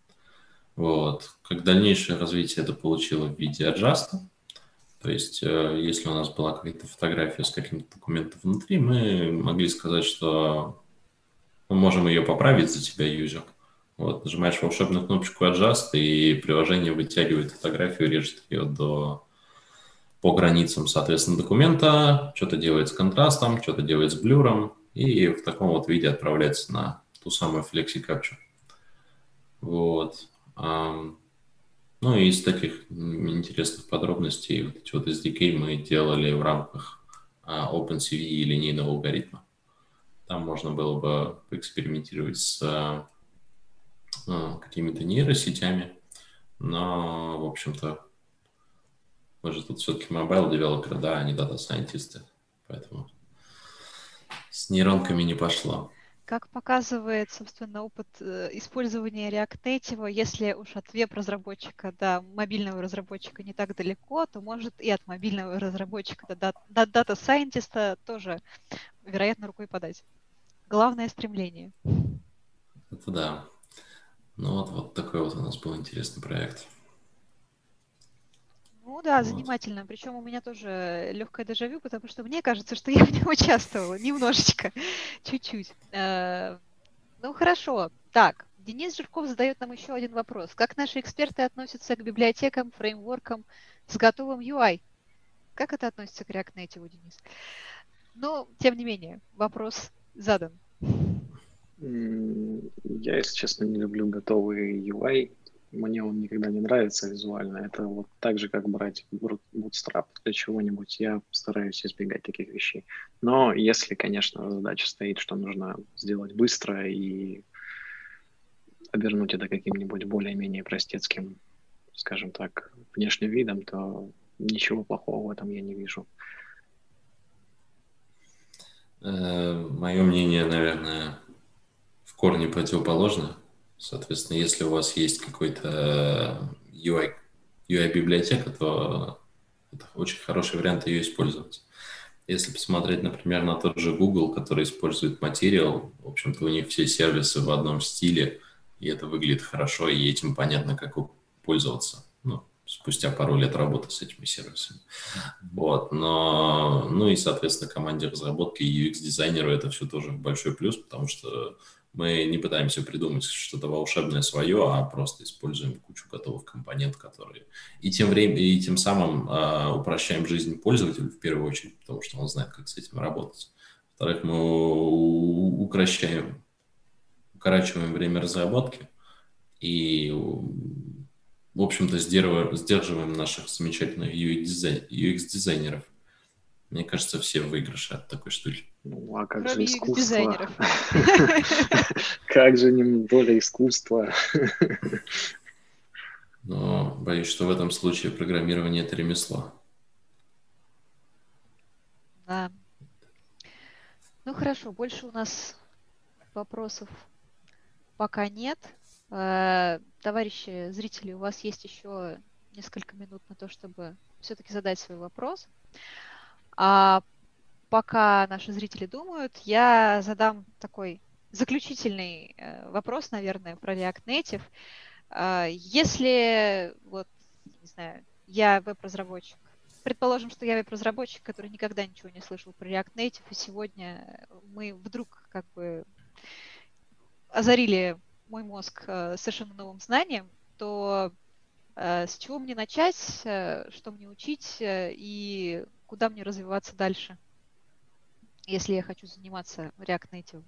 Вот. Как дальнейшее развитие это получило в виде аджаста. То есть, если у нас была какая-то фотография с каким-то документом внутри, мы могли сказать, что мы можем ее поправить за тебя, юзер. Вот, нажимаешь волшебную кнопочку Adjust, и приложение вытягивает фотографию, режет ее до... по границам, соответственно, документа, что-то делает с контрастом, что-то делает с блюром, и в таком вот виде отправляется на ту самую Flexi Capture. Вот. Ну и из таких интересных подробностей вот эти вот эс ди кей мы делали в рамках OpenCV и линейного алгоритма. Там можно было бы поэкспериментировать с какими-то нейросетями, но, в общем-то, Мы же тут все-таки mobile девелоперы, да, а не дата-сайентисты. Поэтому с нейронками не пошло. Как показывает, собственно, опыт э, использования React Native, если уж от веб-разработчика до мобильного разработчика не так далеко, то может и от мобильного разработчика до, дат- до дата-сайентиста тоже, вероятно, рукой подать. Главное стремление. Это да. Ну вот, вот такой вот у нас был интересный проект. Ну да, Вот. занимательно. Причем у меня тоже легкое дежавю, потому что мне кажется, что я в нем участвовала немножечко, чуть-чуть. Э, Ну хорошо. Так, Денис Жирков задает нам еще один вопрос. Как наши эксперты относятся к библиотекам, фреймворкам с готовым ю ай? Как это относится к React Native, Денис? Но, тем не менее, вопрос задан. М, Я, если честно, не люблю готовый ю ай. Мне он никогда не нравится визуально. Это вот так же, как брать брут- Bootstrap для чего-нибудь. Я стараюсь избегать таких вещей. Но если, конечно, задача стоит, что нужно сделать быстро и обернуть это каким-нибудь более-менее простецким, скажем так, внешним видом, то ничего плохого в этом я не вижу. Э, Мое мнение, наверное, в корне противоположно. Соответственно, если у вас есть какой-то ю ай, ю ай-библиотека, то это очень хороший вариант ее использовать. Если посмотреть, например, на тот же Google, который использует Material, в общем-то, у них все сервисы в одном стиле, и это выглядит хорошо, и этим понятно, как пользоваться. Ну, спустя пару лет работы с этими сервисами. Вот, но, ну и, соответственно, команде разработки и ю экс-дизайнеру это все тоже большой плюс, потому что мы не пытаемся придумать что-то волшебное свое, а просто используем кучу готовых компонентов, которые... И тем, временем, и тем самым э, упрощаем жизнь пользователю в первую очередь, потому что он знает, как с этим работать. Во-вторых, мы у- укращаем, укорачиваем время разработки и, в общем-то, сдерживаем, сдерживаем наших замечательных ю экс-дизайнеров. Мне кажется, все в выигрыше от такой штуки. Ну, а как же Кроме ю искусство? экс-дизайнеров. Как же не доля искусства? Но боюсь, что в этом случае программирование – это ремесло. Да. Ну хорошо, больше у нас вопросов пока нет. Э, Товарищи зрители, у вас есть еще несколько минут на то, чтобы все-таки задать свой вопрос. А пока наши зрители думают, я задам такой заключительный э, вопрос, наверное, про React Native. Э, Если, вот, не знаю, я веб-разработчик, предположим, что я веб-разработчик, который никогда ничего не слышал про React Native, и сегодня мы вдруг как бы озарили мой мозг э, совершенно новым знанием, то э, с чего мне начать, э, что мне учить э, и куда мне развиваться дальше, если я хочу заниматься React Native?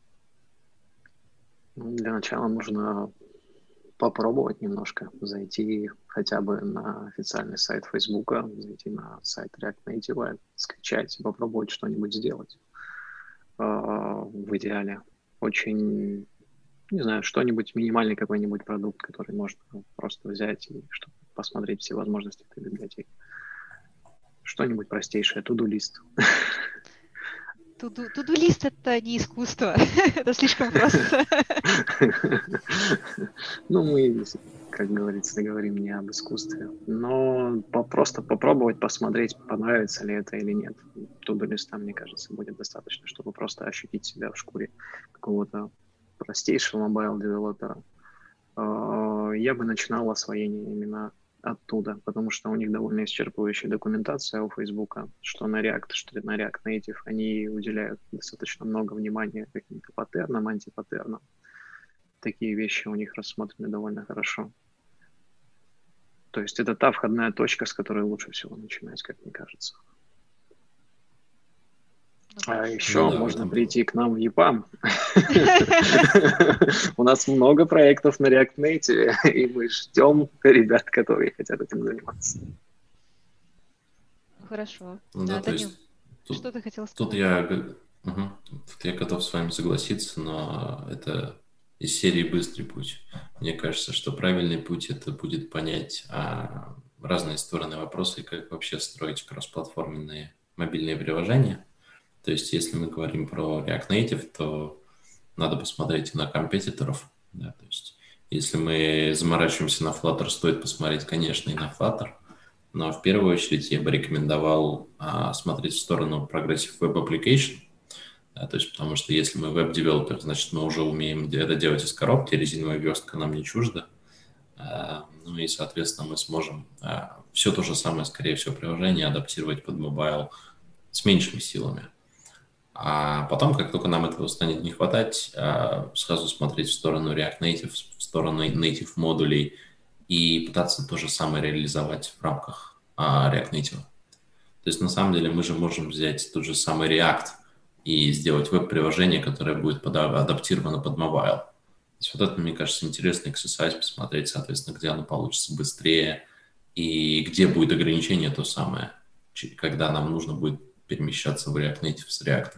Ну, для начала нужно попробовать немножко, зайти хотя бы на официальный сайт Facebook, зайти на сайт React Native, скачать, попробовать что-нибудь сделать. Э, В идеале. Очень, не знаю, что-нибудь, минимальный какой-нибудь продукт, который можно просто взять и чтобы посмотреть все возможности этой библиотеки. Что-нибудь простейшее, to-do-лист. Туду- Туду-лист — это не искусство, это слишком просто. Ну, мы, как говорится, говорим не об искусстве, но по- просто попробовать, посмотреть, понравится ли это или нет. Туду-листа, мне кажется, будет достаточно, чтобы просто ощутить себя в шкуре какого-то простейшего мобайл-девелопера. А, Я бы начинал освоение именно оттуда, потому что у них довольно исчерпывающая документация у Фейсбука, что на React, что на React Native, они уделяют достаточно много внимания каким-то паттернам, антипаттернам. Такие вещи у них рассмотрены довольно хорошо. То есть это та входная точка, с которой лучше всего начинать, как мне кажется. Ну, А хорошо. еще Ну да, в можно этом- прийти к нам в ЕПАМ. У нас много проектов на React Native, и мы ждем ребят, которые хотят этим заниматься. Ну, хорошо. Ну да, Да, то Данил, есть тут, что ты хотел тут сказать? я, г- мгм. Тут я готов с вами согласиться, но это из серии «Быстрый путь». Мне кажется, что правильный путь – это будет понять, а разные стороны вопроса, и как вообще строить кроссплатформенные мобильные приложения. То есть, если мы говорим про React Native, то надо посмотреть на компетиторов. Да, то есть, если мы заморачиваемся на Flutter, стоит посмотреть, конечно, и на Flutter. Но в первую очередь я бы рекомендовал а, смотреть в сторону Progressive Web Application. Да, то есть, потому что если мы веб-девелопер, значит, мы уже умеем это делать из коробки, резиновая верстка нам не чужда. А, ну и, соответственно, мы сможем а, все то же самое, скорее всего, приложение адаптировать под мобайл с меньшими силами. А потом, как только нам этого станет не хватать, сразу смотреть в сторону React Native, в сторону native модулей и пытаться то же самое реализовать в рамках React Native. То есть, на самом деле, мы же можем взять тот же самый React и сделать веб-приложение, которое будет адаптировано под мобайл. То есть, вот это, мне кажется, интересный эксерсайз, посмотреть, соответственно, где оно получится быстрее и где будет ограничение то самое, когда нам нужно будет перемещаться в React Native с React.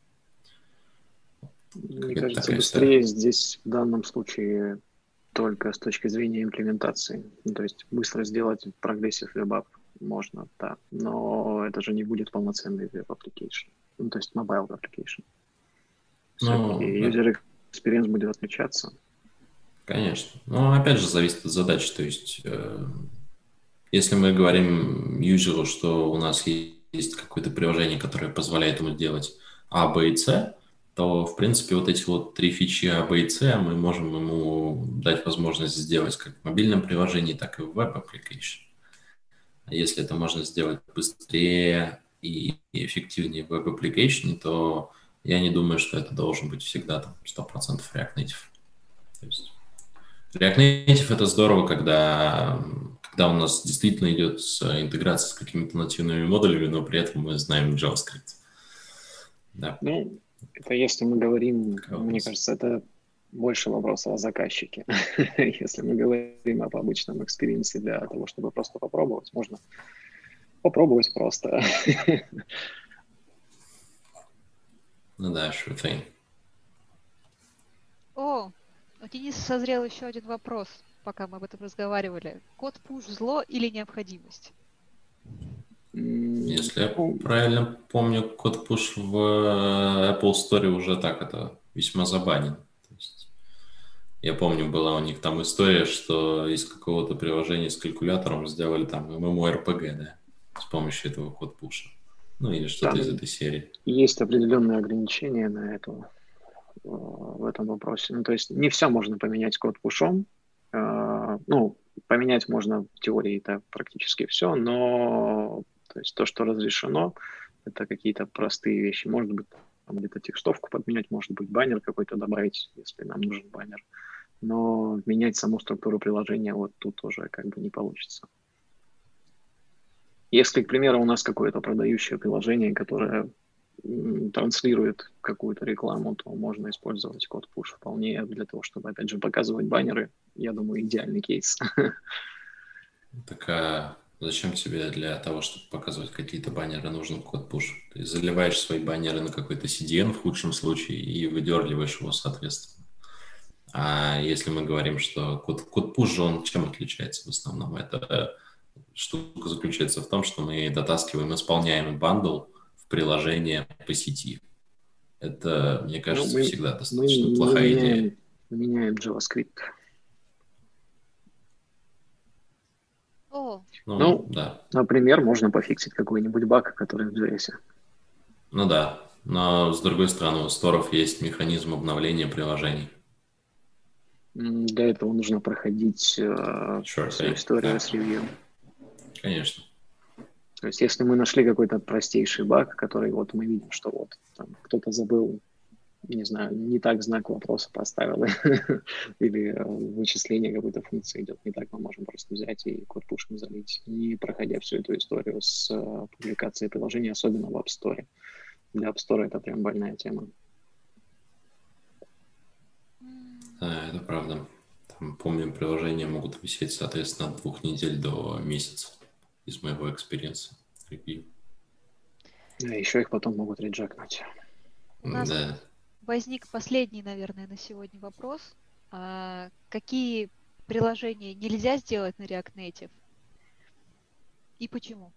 Мне кажется, быстрее здесь в данном случае только с точки зрения имплементации. Ну, то есть быстро сделать Progressive Web App можно, да, но это же не будет полноценный Web Application, ну, то есть Mobile Application. Все-таки ну, user experience будет отличаться. Конечно. Но опять же зависит от задачи. То есть э, если мы говорим юзеру, что у нас есть какое-то приложение, которое позволяет ему делать А, Б и С, то, в принципе, вот эти вот три фичи А, Б и С мы можем ему дать возможность сделать как в мобильном приложении, так и в веб-аппликейшн. А если это можно сделать быстрее и эффективнее в веб-аппликейшне, то я не думаю, что это должен быть всегда там, сто процентов React Native. То есть React Native — это здорово, когда, когда у нас действительно идет интеграция с какими-то нативными модулями, но при этом мы знаем JavaScript. Да. Ну, это если мы говорим, Какого мне кажется, это больше вопросов о заказчике. Если мы говорим об обычном экспириенсе для того, чтобы просто попробовать, можно попробовать просто. Ну да, sure thing. О, у Дениса созрел еще один вопрос, пока мы об этом разговаривали. Код пуш зло или необходимость? Если я правильно помню, код пуш в Apple Store уже так это весьма забанен. То есть, я помню, была у них там история, что из какого-то приложения с калькулятором сделали там MMORPG, да, с помощью этого код пуша. Ну или что-то там из этой серии. Есть определенные ограничения на это, в этом вопросе. Ну, то есть не все можно поменять код пушом. Ну, поменять можно в теории это практически все, но то есть то, что разрешено, это какие-то простые вещи. Может быть, там где-то текстовку подменять, может быть, баннер какой-то добавить, если нам нужен баннер. Но менять саму структуру приложения вот тут уже как бы не получится. Если, к примеру, у нас какое-то продающее приложение, которое транслирует какую-то рекламу, то можно использовать код push вполне для того, чтобы, опять же, показывать баннеры. Я думаю, идеальный кейс. Так а зачем тебе для того, чтобы показывать какие-то баннеры, нужен код push? Ты заливаешь свои баннеры на какой-то си ди эн в худшем случае и выдергиваешь его соответственно. А если мы говорим, что код, код push же он чем отличается в основном? Это штука заключается в том, что мы дотаскиваем исполняемый бандл в приложение по сети. Это, мне кажется, ну, мы, всегда достаточно мы, плохая мы меняем, идея. Меняем JavaScript. О. Ну, ну да. Например, можно пофиксить какой-нибудь баг, который в джей эс. Ну да, но с другой стороны, у сторов есть механизм обновления приложений. Для этого нужно проходить uh, sure, всю историю да. с ревью. Конечно. То есть, если мы нашли какой-то простейший баг, который вот мы видим, что вот там кто-то забыл, не знаю, не так знак вопроса поставил, или вычисление какой-то функции идет не так, мы можем просто взять и код пушем залить, не проходя всю эту историю с публикацией приложения, особенно в App Store. Для App Store это прям больная тема. Да, это правда. Там, помню, приложения могут висеть, соответственно, от двух недель до месяца. Из моего экспириенса. Да, еще их потом могут реджекнуть. У нас да. возник последний, наверное, на сегодня вопрос. А, какие приложения нельзя сделать на React Native? и почему?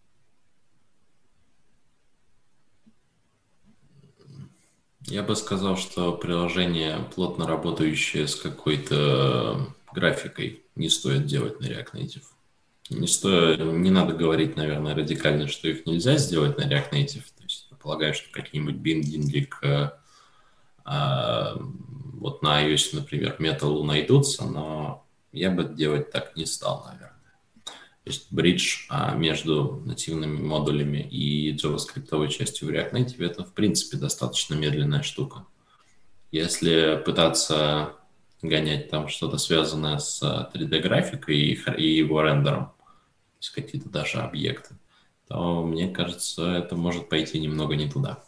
Я бы сказал, что приложение, плотно работающее с какой-то графикой, не стоит делать на React Native. Не стоит, не надо говорить, наверное, радикально, что их нельзя сделать на React Native. То есть, я полагаю, что какие-нибудь биндинги к, а, вот на iOS, например, Metal найдутся, но я бы делать так не стал, наверное. То есть бридж а, между нативными модулями и JavaScript частью в React Native — это, в принципе, достаточно медленная штука. Если пытаться гонять там что-то связанное с три дэ-графикой и, и его рендером, то есть какие-то даже объекты, то, мне кажется, это может пойти немного не туда.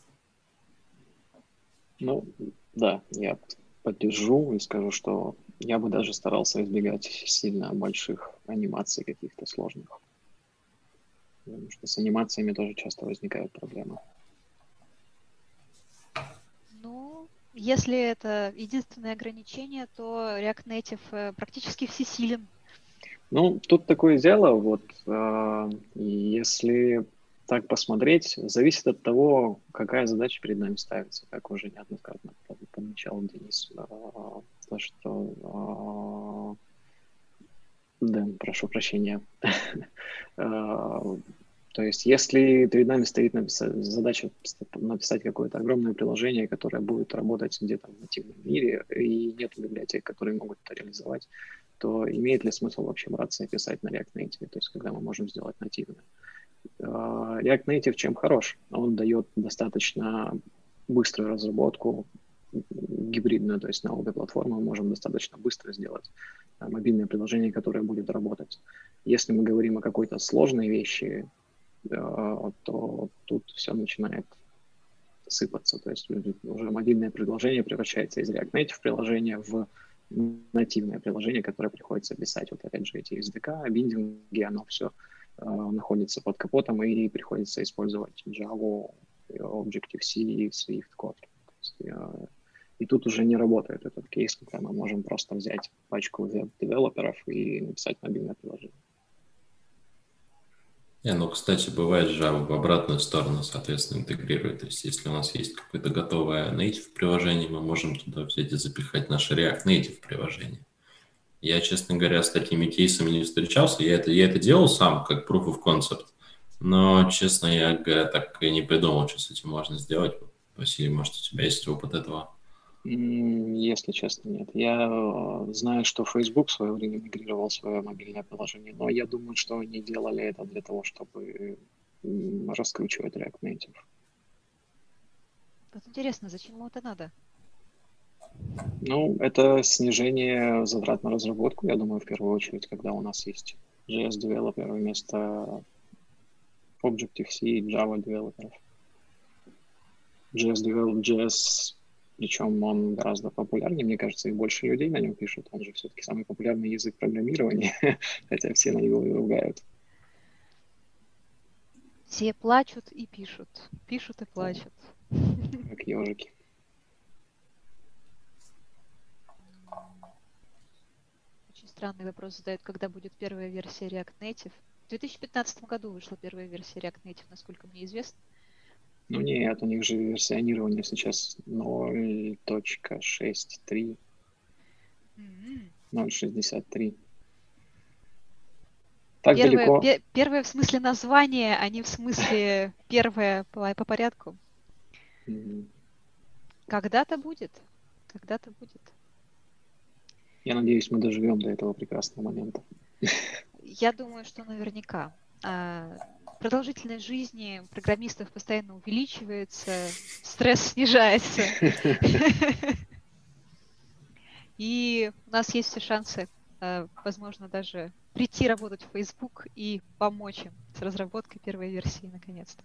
Ну, да, я поддержу и скажу, что я бы даже старался избегать сильно больших анимаций каких-то сложных. Потому что с анимациями тоже часто возникают проблемы. Ну, если это единственное ограничение, то React Native практически всесилен. Ну, тут такое дело, вот, э, если так посмотреть, зависит от того, какая задача перед нами ставится, как уже неоднократно помечал Денис. Э, то, что... Э, да, прошу прощения. То есть, если перед нами стоит написать, задача написать какое-то огромное приложение, которое будет работать где-то в нативном мире, и нет библиотек, которые могут это реализовать, то имеет ли смысл вообще браться и писать на React Native, то есть когда мы можем сделать нативное. React Native чем хорош? Он дает достаточно быструю разработку, гибридную, то есть на обе платформы мы можем достаточно быстро сделать мобильное приложение, которое будет работать. Если мы говорим о какой-то сложной вещи, то тут все начинает сыпаться. То есть уже мобильное приложение превращается из React Native приложения в нативное приложение, которое приходится писать. Вот опять же эти эс ди кей, биндинги, оно все э, находится под капотом, и приходится использовать Java, Objective-C и Swift код. Э, и тут уже не работает этот кейс, когда мы можем просто взять пачку веб-девелоперов и написать мобильное приложение. Не, ну, кстати, бывает Java в обратную сторону, соответственно, интегрирует. То есть, если у нас есть какое-то готовое native приложение, мы можем туда взять и запихать наше React Native приложение. Я, честно говоря, с такими кейсами не встречался. Я это, я это делал сам, как proof of concept. Но, честно, я говоря, так и не придумал, что с этим можно сделать. Василий, может, у тебя есть опыт этого? Если честно, нет. Я знаю, что Facebook в свое время мигрировал свое мобильное приложение, но я думаю, что они делали это для того, чтобы раскручивать React Native. Вот интересно, зачем ему это надо? Ну, это снижение затрат на разработку, я думаю, в первую очередь, когда у нас есть джей эс-девелопер вместо Objective-C и Java девелоперов. джей эс, причем он гораздо популярнее, мне кажется, и больше людей на нем пишут. Он же все-таки самый популярный язык программирования, хотя все на него и ругают. Все плачут и пишут. Пишут и плачут. Как ежики. Очень странный вопрос задают, когда будет первая версия React Native. В две тысячи пятнадцатом году вышла первая версия React Native, насколько мне известно. Ну нет, у них же версионирование сейчас ноль точка шесть три, ноль точка шестьдесят три. Так первое, далеко. Пе- первое в смысле названия, а не в смысле первое по, по порядку. Mm-hmm. Когда-то будет. Когда-то будет. Я надеюсь, мы доживем до этого прекрасного момента. Я думаю, что наверняка. Продолжительность жизни программистов постоянно увеличивается, стресс снижается. И у нас есть все шансы, возможно, даже прийти работать в Facebook и помочь им с разработкой первой версии наконец-то.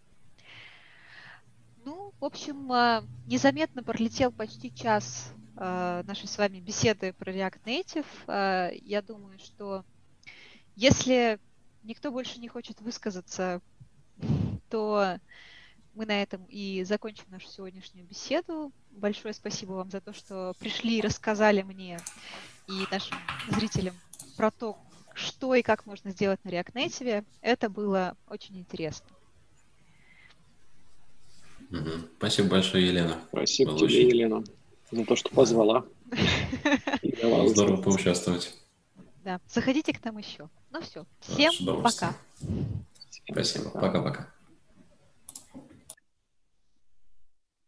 Ну, в общем, незаметно пролетел почти час нашей с вами беседы про React Native. Я думаю, что если никто больше не хочет высказаться, то мы на этом и закончим нашу сегодняшнюю беседу. Большое спасибо вам за то, что пришли и рассказали мне и нашим зрителям про то, что и как можно сделать на React Native. Это было очень интересно. Угу. Спасибо большое, Елена. Спасибо Было тебе, очень... Елена, за то, что позвала. Было здорово поучаствовать. Да, заходите к нам еще. Ну все, Да, с всем удовольствием. пока. Спасибо. Пока-пока.